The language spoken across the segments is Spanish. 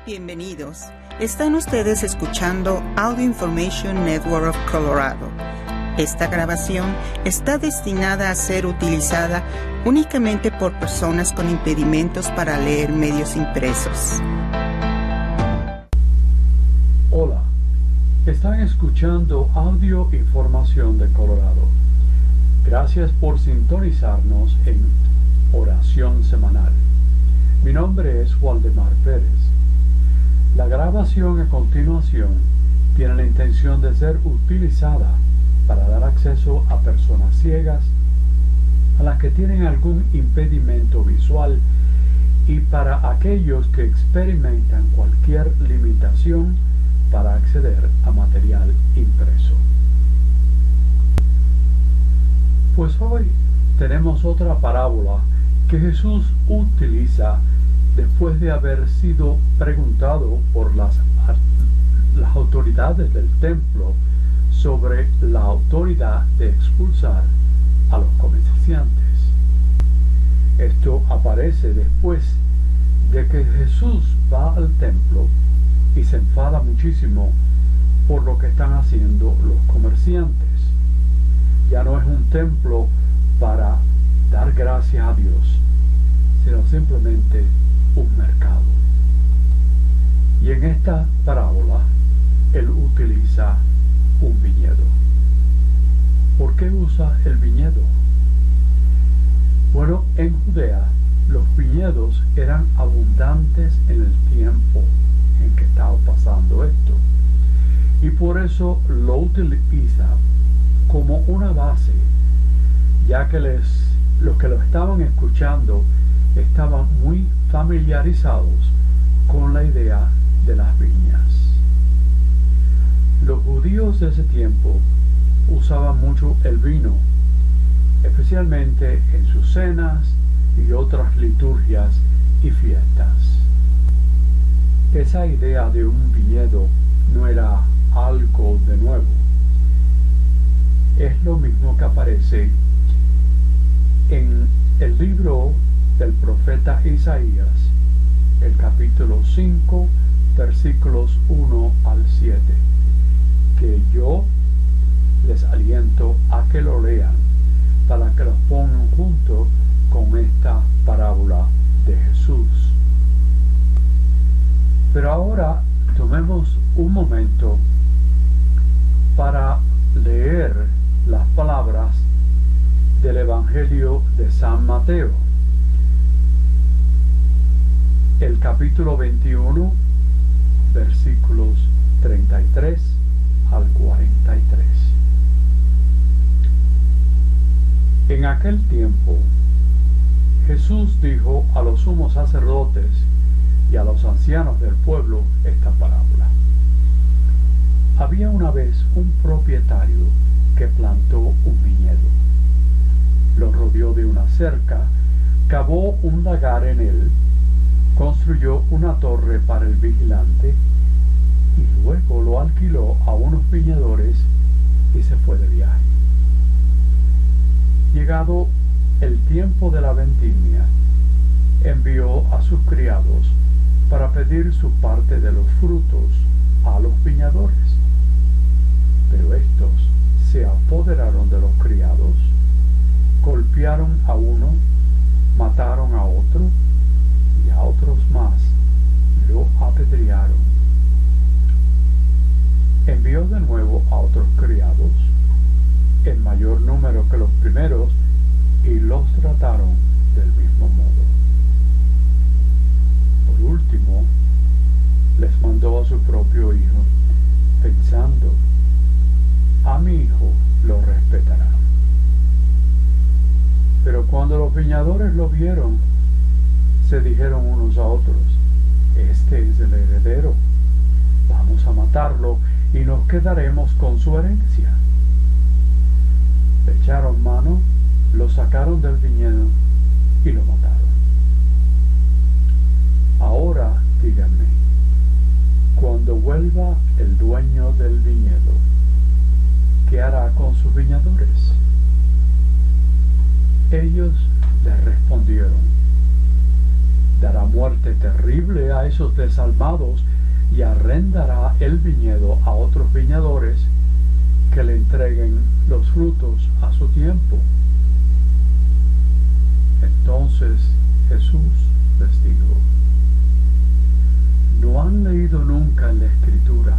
Bienvenidos. Están ustedes escuchando Audio Information Network of Colorado. Esta grabación está destinada a ser utilizada únicamente por personas con impedimentos para leer medios impresos. Hola, están escuchando Audio Información de Colorado. Gracias por sintonizarnos en Oración Semanal. Mi nombre es Waldemar Pérez. La grabación a continuación tiene la intención de ser utilizada para dar acceso a personas ciegas, a las que tienen algún impedimento visual y para aquellos que experimentan cualquier limitación para acceder a material impreso. Pues hoy tenemos otra parábola que Jesús utiliza después de haber sido preguntado por las autoridades del templo sobre la autoridad de expulsar a los comerciantes. Esto aparece después de que Jesús va al templo y se enfada muchísimo por lo que están haciendo los comerciantes. Ya no es un templo para dar gracias a Dios, sino simplemente un mercado. Y en esta parábola él utiliza un viñedo. ¿Por qué usa el viñedo? Bueno, en Judea los viñedos eran abundantes en el tiempo en que estaba pasando esto, y por eso lo utiliza como una base, ya que los que lo estaban escuchando estaban muy familiarizados con la idea de las viñas. Los judíos de ese tiempo usaban mucho el vino, especialmente en sus cenas y otras liturgias y fiestas. Esa idea de un viñedo no era algo de nuevo. Es lo mismo que aparece en el libro del profeta Isaías, el capítulo 5, versículos 1 al 7, que yo les aliento a que lo lean para que los pongan junto con esta parábola de Jesús. Pero ahora tomemos un momento para leer las palabras del Evangelio de San Mateo, el capítulo 21, versículos 33 al 43. En aquel tiempo, Jesús dijo a los sumos sacerdotes y a los ancianos del pueblo esta parábola. Había una vez un propietario que plantó un viñedo. Lo rodeó de una cerca, cavó un lagar en él, construyó una torre para el vigilante y luego lo alquiló a unos viñadores y se fue de viaje. Llegado el tiempo de la vendimia, envió a sus criados para pedir su parte de los frutos a los viñadores. Pero estos se apoderaron de los criados, golpearon a uno, mataron a otro, y a otros más lo apedrearon. Envió de nuevo a otros criados, en mayor número que los primeros, y los trataron del mismo modo. Por último, les mandó a su propio hijo, pensando: a mi hijo lo respetarán. Pero cuando los viñadores lo vieron, se dijeron unos a otros: este es el heredero, vamos a matarlo y nos quedaremos con su herencia. Le echaron mano, lo sacaron del viñedo y lo mataron. Ahora díganme, cuando vuelva el dueño del viñedo, ¿qué hará con sus viñadores? Ellos le respondieron: dará muerte terrible a esos desalmados y arrendará el viñedo a otros viñadores que le entreguen los frutos a su tiempo. Entonces Jesús les dijo: ¿no han leído nunca en la Escritura?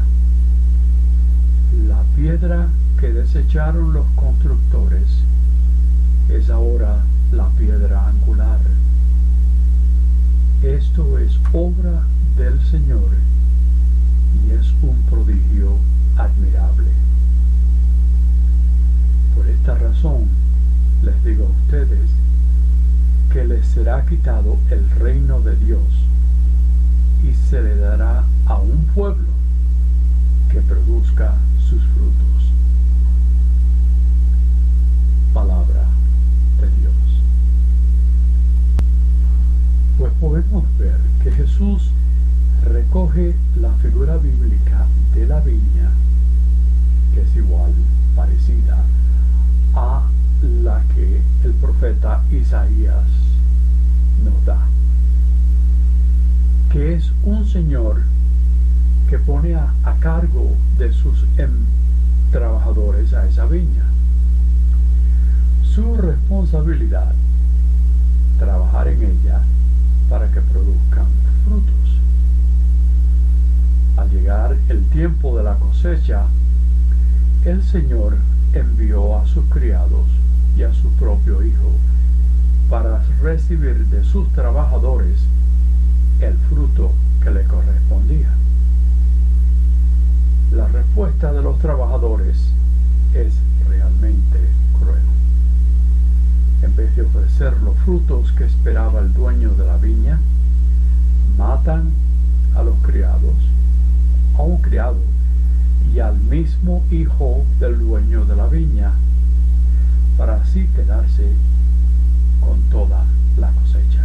La piedra que desecharon los constructores es ahora la piedra angular. Esto es obra del Señor y es un prodigio admirable. Por esta razón les digo a ustedes que les será quitado el reino de Dios y se le dará a un pueblo que produzca sus frutos. Palabra de Dios. Pues podemos ver que Jesús recoge la figura bíblica de la viña, que es igual, parecida a la que el profeta Isaías nos da, que es un señor que pone a cargo de sus trabajadores a esa viña. Su responsabilidad, trabajar en ella para que produzcan frutos. Al llegar el tiempo de la cosecha, el Señor envió a sus criados y a su propio hijo para recibir de sus trabajadores el fruto que le correspondía. La respuesta de los trabajadores es realmente cruel. En vez de ofrecer los frutos que esperaba el dueño de la viña, matan a los criados, a un criado y al mismo hijo del dueño de la viña, para así quedarse con toda la cosecha.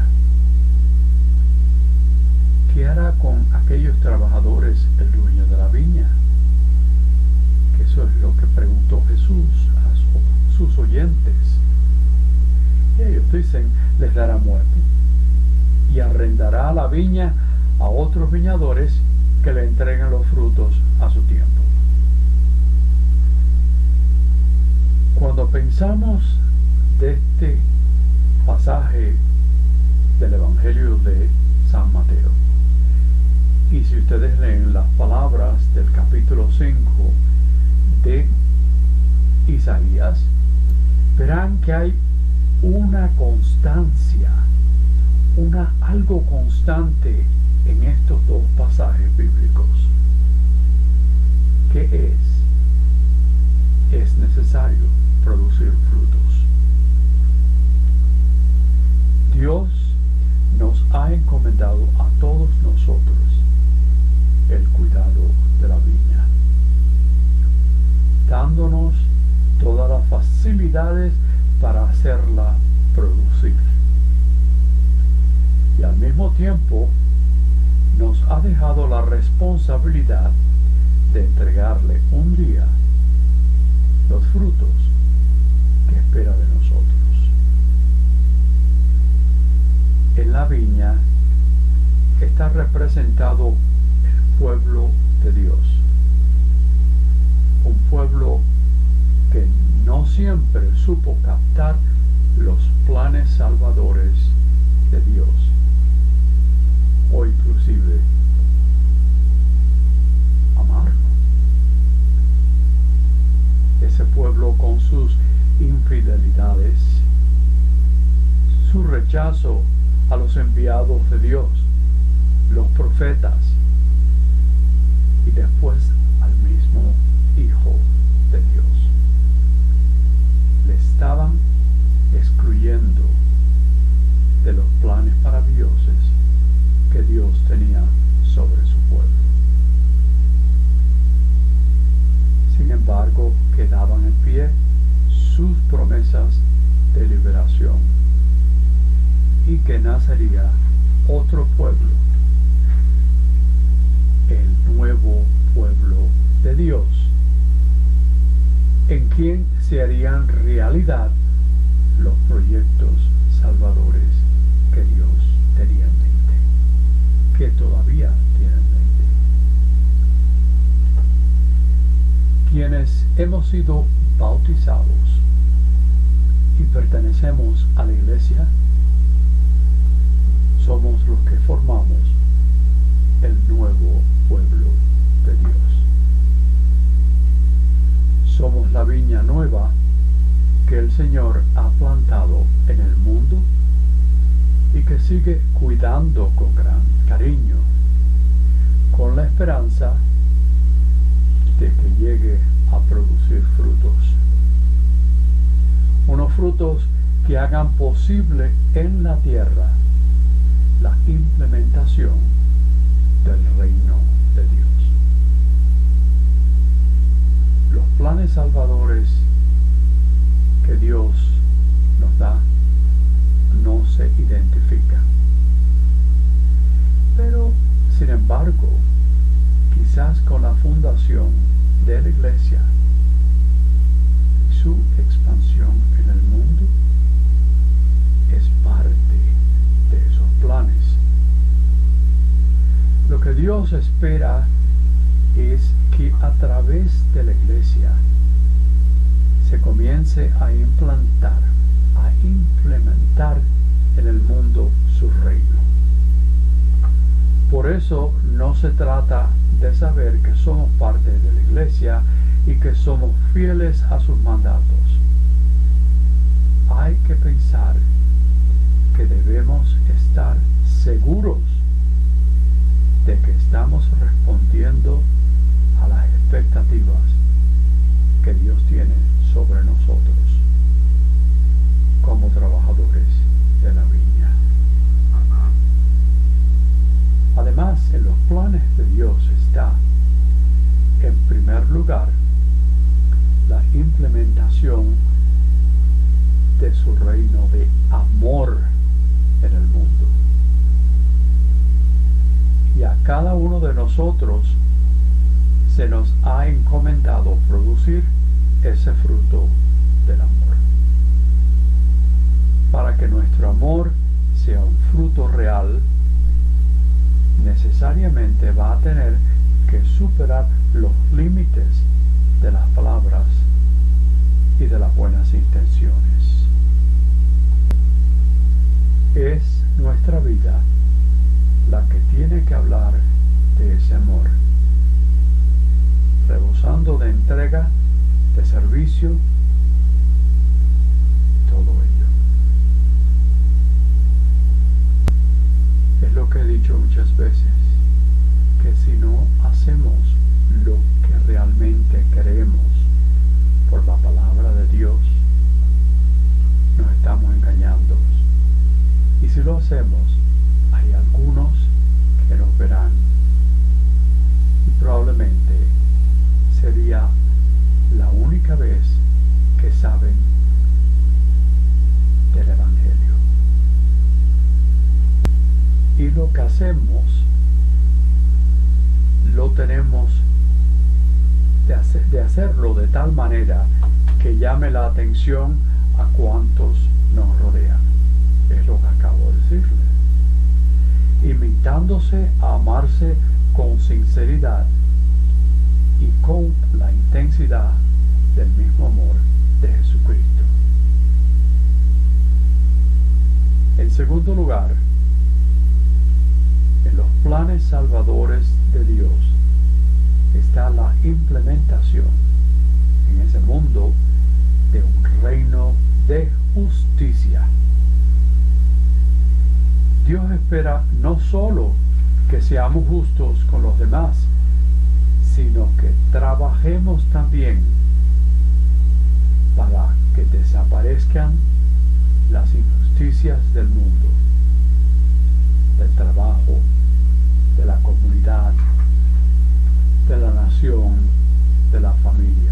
¿Qué hará con aquellos trabajadores el dueño de la viña? Que eso es lo que preguntó Jesús a sus oyentes. Y ellos dicen: les dará muerte y arrendará la viña a otros viñadores que le entreguen los frutos a su tiempo. Cuando pensamos de este pasaje del Evangelio de San Mateo, y si ustedes leen las palabras del capítulo 5 de Isaías, verán que hay una constancia, algo constante en estos dos pasajes bíblicos. ¿Qué es? Es necesario producir frutos. Dios nos ha encomendado a todos nosotros el cuidado de la viña, dándonos todas las facilidades para hacerla producir. Y al mismo tiempo nos ha dejado la responsabilidad de entregarle un día los frutos que espera de nosotros. En la viña está representado el pueblo de Dios, un pueblo que no siempre supo captar los planes salvadores de Dios, o inclusive amarlo. Ese pueblo, con sus infidelidades, su rechazo a los enviados de Dios, los profetas, y después al mismo Hijo de Dios, le estaban excluyendo de los planes maravillosos que Dios tenía sobre su pueblo. Sin embargo, quedaban en pie sus promesas de liberación y que nacería otro pueblo, el nuevo pueblo de Dios, en quien se harían realidad los proyectos salvadores que Dios tenía en mente. que todavía tienen mente. Quienes hemos sido bautizados y pertenecemos a la iglesia, somos los que formamos el nuevo pueblo de Dios. Somos la viña nueva que el Señor ha plantado en el mundo y que sigue cuidando con gran cariño, con la esperanza de que llegue a producir frutos. Unos frutos que hagan posible en la tierra la implementación del reino de Dios. Los planes salvadores que Dios nos da no se identifican. Pero, sin embargo, quizás con la fundación de la iglesia y su expansión en el mundo, es parte de esos planes. Lo que Dios espera es que a través de la iglesia se comience a implementar en el mundo su reino. Por eso no se trata de saber que somos parte de la iglesia y que somos fieles a sus mandatos. Hay que pensar que debemos estar seguros de que estamos respondiendo a las expectativas que Dios tiene sobre nosotros como trabajadores de la viña. Además, en los planes de Dios está, en primer lugar, la implementación de su reino de amor en el mundo. Y a cada uno de nosotros se nos ha encomendado producir ese fruto del amor. Para que nuestro amor sea un fruto real, necesariamente va a tener que superar los límites de las palabras y de las buenas intenciones. Es nuestra vida la que tiene que hablar de ese amor, rebosando de entrega, de servicio, todo ello. Es lo que he dicho muchas veces, que si no hacemos lo que realmente queremos por la palabra de Dios, nos estamos engañando. Y si lo hacemos, hay algunos que nos verán y probablemente sería la única vez que saben del Evangelio. Y lo que hacemos lo tenemos de hacerlo de tal manera que llame la atención a cuantos nos rodean. Es lo que acabo de decirles. Invitándose a amarse con sinceridad y con la intensidad del mismo amor de Jesucristo. En segundo lugar, en los planes salvadores de Dios está la implementación en ese mundo de un reino de justicia. Dios espera no solo que seamos justos con los demás, sino que trabajemos también para que desaparezcan las injusticias del mundo, del trabajo, de la comunidad, de la nación, de la familia.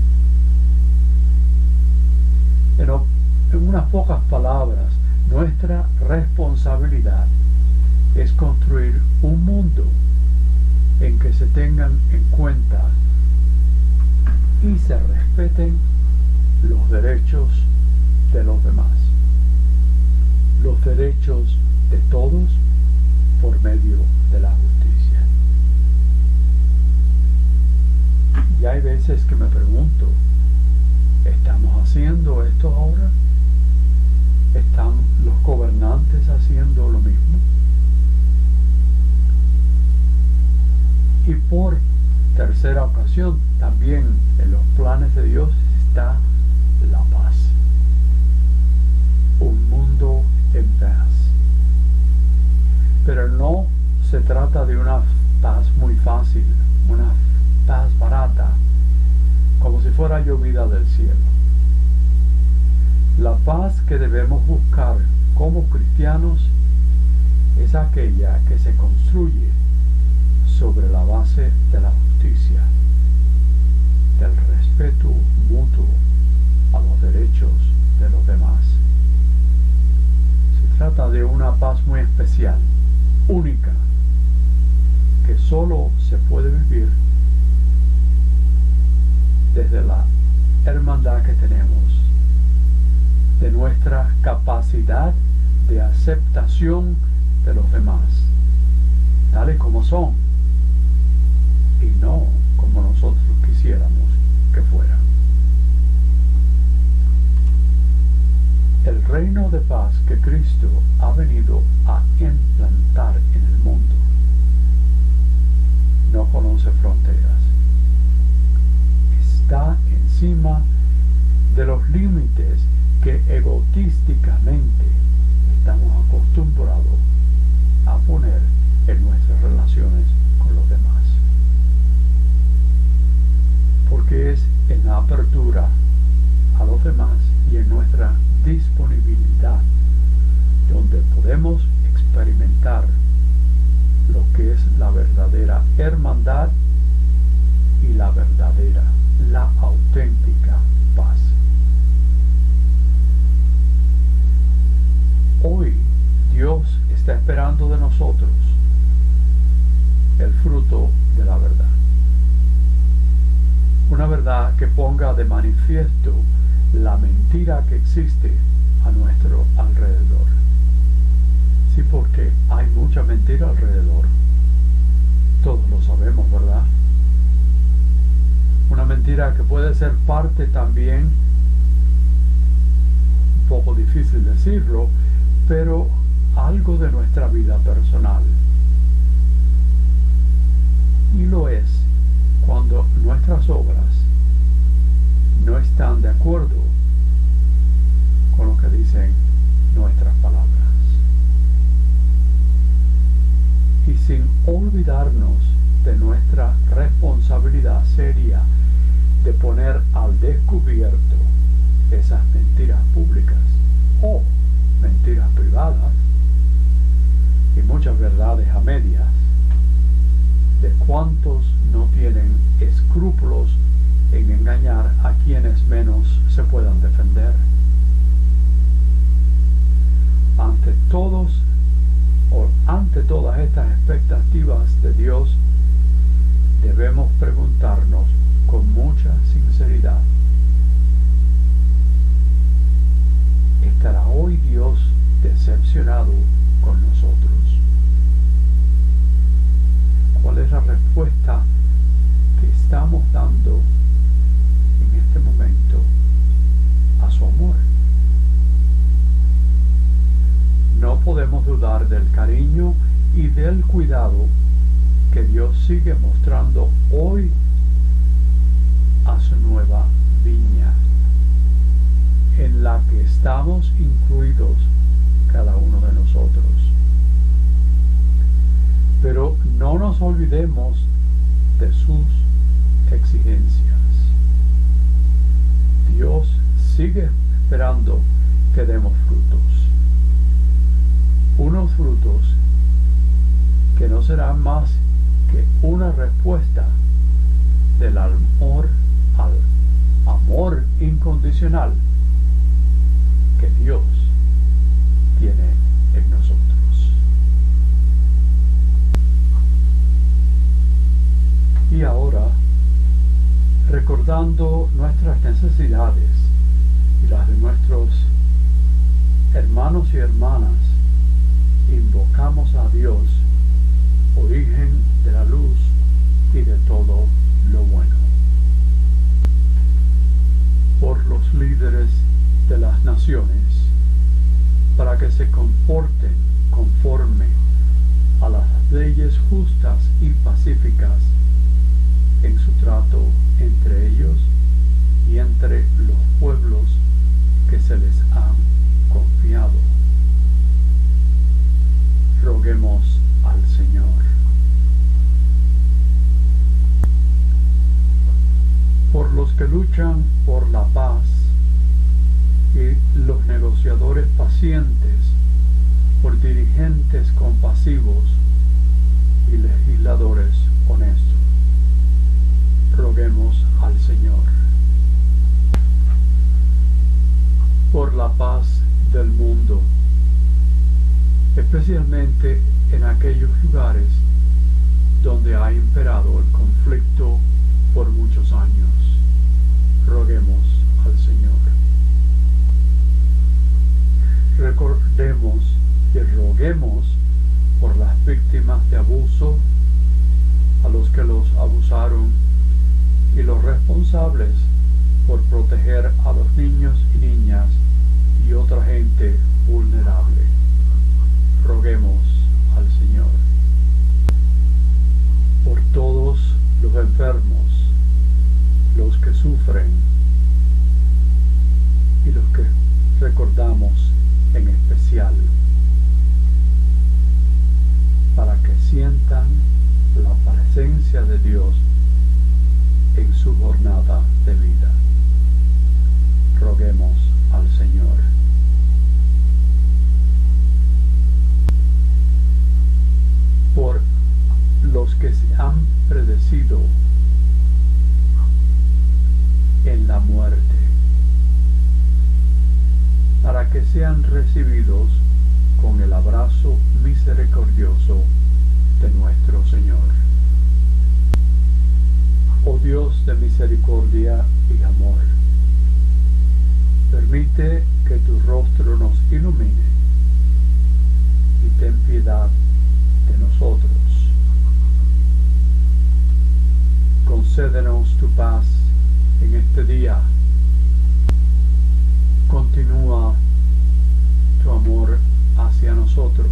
Pero en unas pocas palabras, nuestra responsabilidad es construir un mundo en que se tengan en cuenta y se respeten los derechos de los demás, los derechos de todos, por medio de la justicia. Y hay veces que me pregunto, ¿estamos haciendo esto ahora? ¿Están los gobernantes haciendo lo mismo? Y por tercera ocasión, también en los planes de Dios está la paz. Un mundo en paz. Pero no se trata de una paz muy fácil, una paz barata, como si fuera llovida del cielo. La paz que debemos buscar como cristianos es aquella que se construye sobre la base de la justicia, del respeto mutuo a los derechos de los demás. Se trata de una paz muy especial, única, que solo se puede vivir desde la hermandad que tenemos, de nuestra capacidad de aceptación de los demás, tales como son, y no como nosotros quisiéramos que fueran. El reino de paz que Cristo ha venido a implantar en el mundo no conoce fronteras. Está encima de los límites que egotísticamente estamos acostumbrados a poner en nuestras relaciones con los demás. Porque es en la apertura a los demás y en nuestra disponibilidad donde podemos experimentar lo que es la verdadera hermandad y la verdadera, la auténtica paz. Hoy Dios está esperando de nosotros el fruto de la verdad. Una verdad que ponga de manifiesto la mentira que existe a nuestro alrededor. Sí, porque hay mucha mentira alrededor. Todos lo sabemos, ¿verdad? Una mentira que puede ser parte también, un poco difícil decirlo, pero algo de nuestra vida personal. Y lo es cuando nuestras obras no están de acuerdo con lo que dicen nuestras palabras. Y sin olvidarnos de nuestra responsabilidad seria de poner al descubierto esas mentiras públicas o mentiras privadas y muchas verdades a medias, de cuántos no tienen escrúpulos en engañar a quienes menos se puedan defender. Ante todas estas expectativas de Dios, debemos preguntarnos con mucha sinceridad: ¿estará hoy Dios decepcionado con nosotros? ¿Cuál es la respuesta que estamos dando en este momento a su amor? No podemos dudar del cariño y del cuidado que Dios sigue mostrando hoy a su nueva viña, en la que estamos incluidos cada uno de nosotros. Pero no nos olvidemos de sus exigencias. Dios sigue esperando que demos frutos. Unos frutos que no serán más que una respuesta del amor al amor incondicional que Dios tiene en nosotros. Y ahora, recordando nuestras necesidades y las de nuestros hermanos y hermanas, invocamos a Dios origen de la luz y de todo lo bueno. Por los líderes de las naciones, para que se comporten conforme a las leyes justas y pacíficas en su trato entre ellos y entre los pueblos que se les han confiado. Roguemos al Señor. Por los que luchan por la paz y los negociadores pacientes, por dirigentes compasivos y legisladores honestos. Roguemos al Señor. Por la paz del mundo, especialmente en aquellos lugares donde ha imperado el conflicto por muchos años. Roguemos al Señor. Recordemos y roguemos por las víctimas de abuso, a los que los abusaron y los responsables por proteger a los niños y niñas y otra gente vulnerable. Roguemos al Señor. Por todos los enfermos, los que sufren y los que recordamos en especial, para que sientan la presencia de Dios en su jornada de vida. Roguemos al Señor. Por los que se han predecido en la muerte, para que sean recibidos con el abrazo misericordioso de nuestro Señor. Oh Dios de misericordia y amor, permite que tu rostro nos ilumine y ten piedad de nosotros. Concédenos tu paz en este día. Continúa tu amor hacia nosotros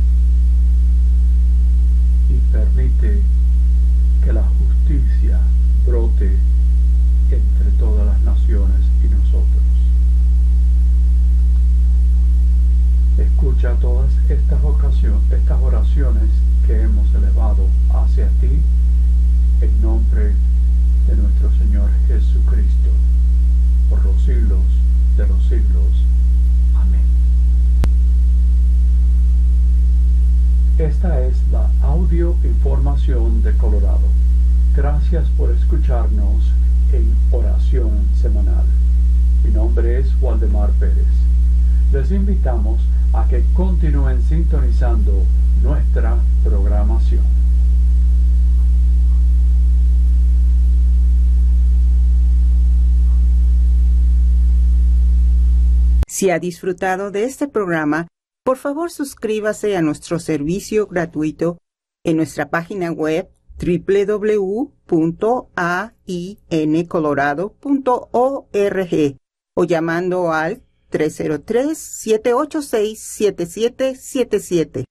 y permite que la justicia brote entre todas las naciones y nosotros. Escucha todas estas oraciones que hemos elevado hacia ti en nombre de nuestro Señor Jesucristo, por los siglos de los siglos. Amén. Esta es la audio información de Colorado. Gracias por escucharnos en oración semanal. Mi nombre es Waldemar Pérez. Les invitamos a que continúen sintonizando nuestra programación. Si ha disfrutado de este programa, por favor suscríbase a nuestro servicio gratuito en nuestra página web www.aincolorado.org o llamando al 303-786-7777.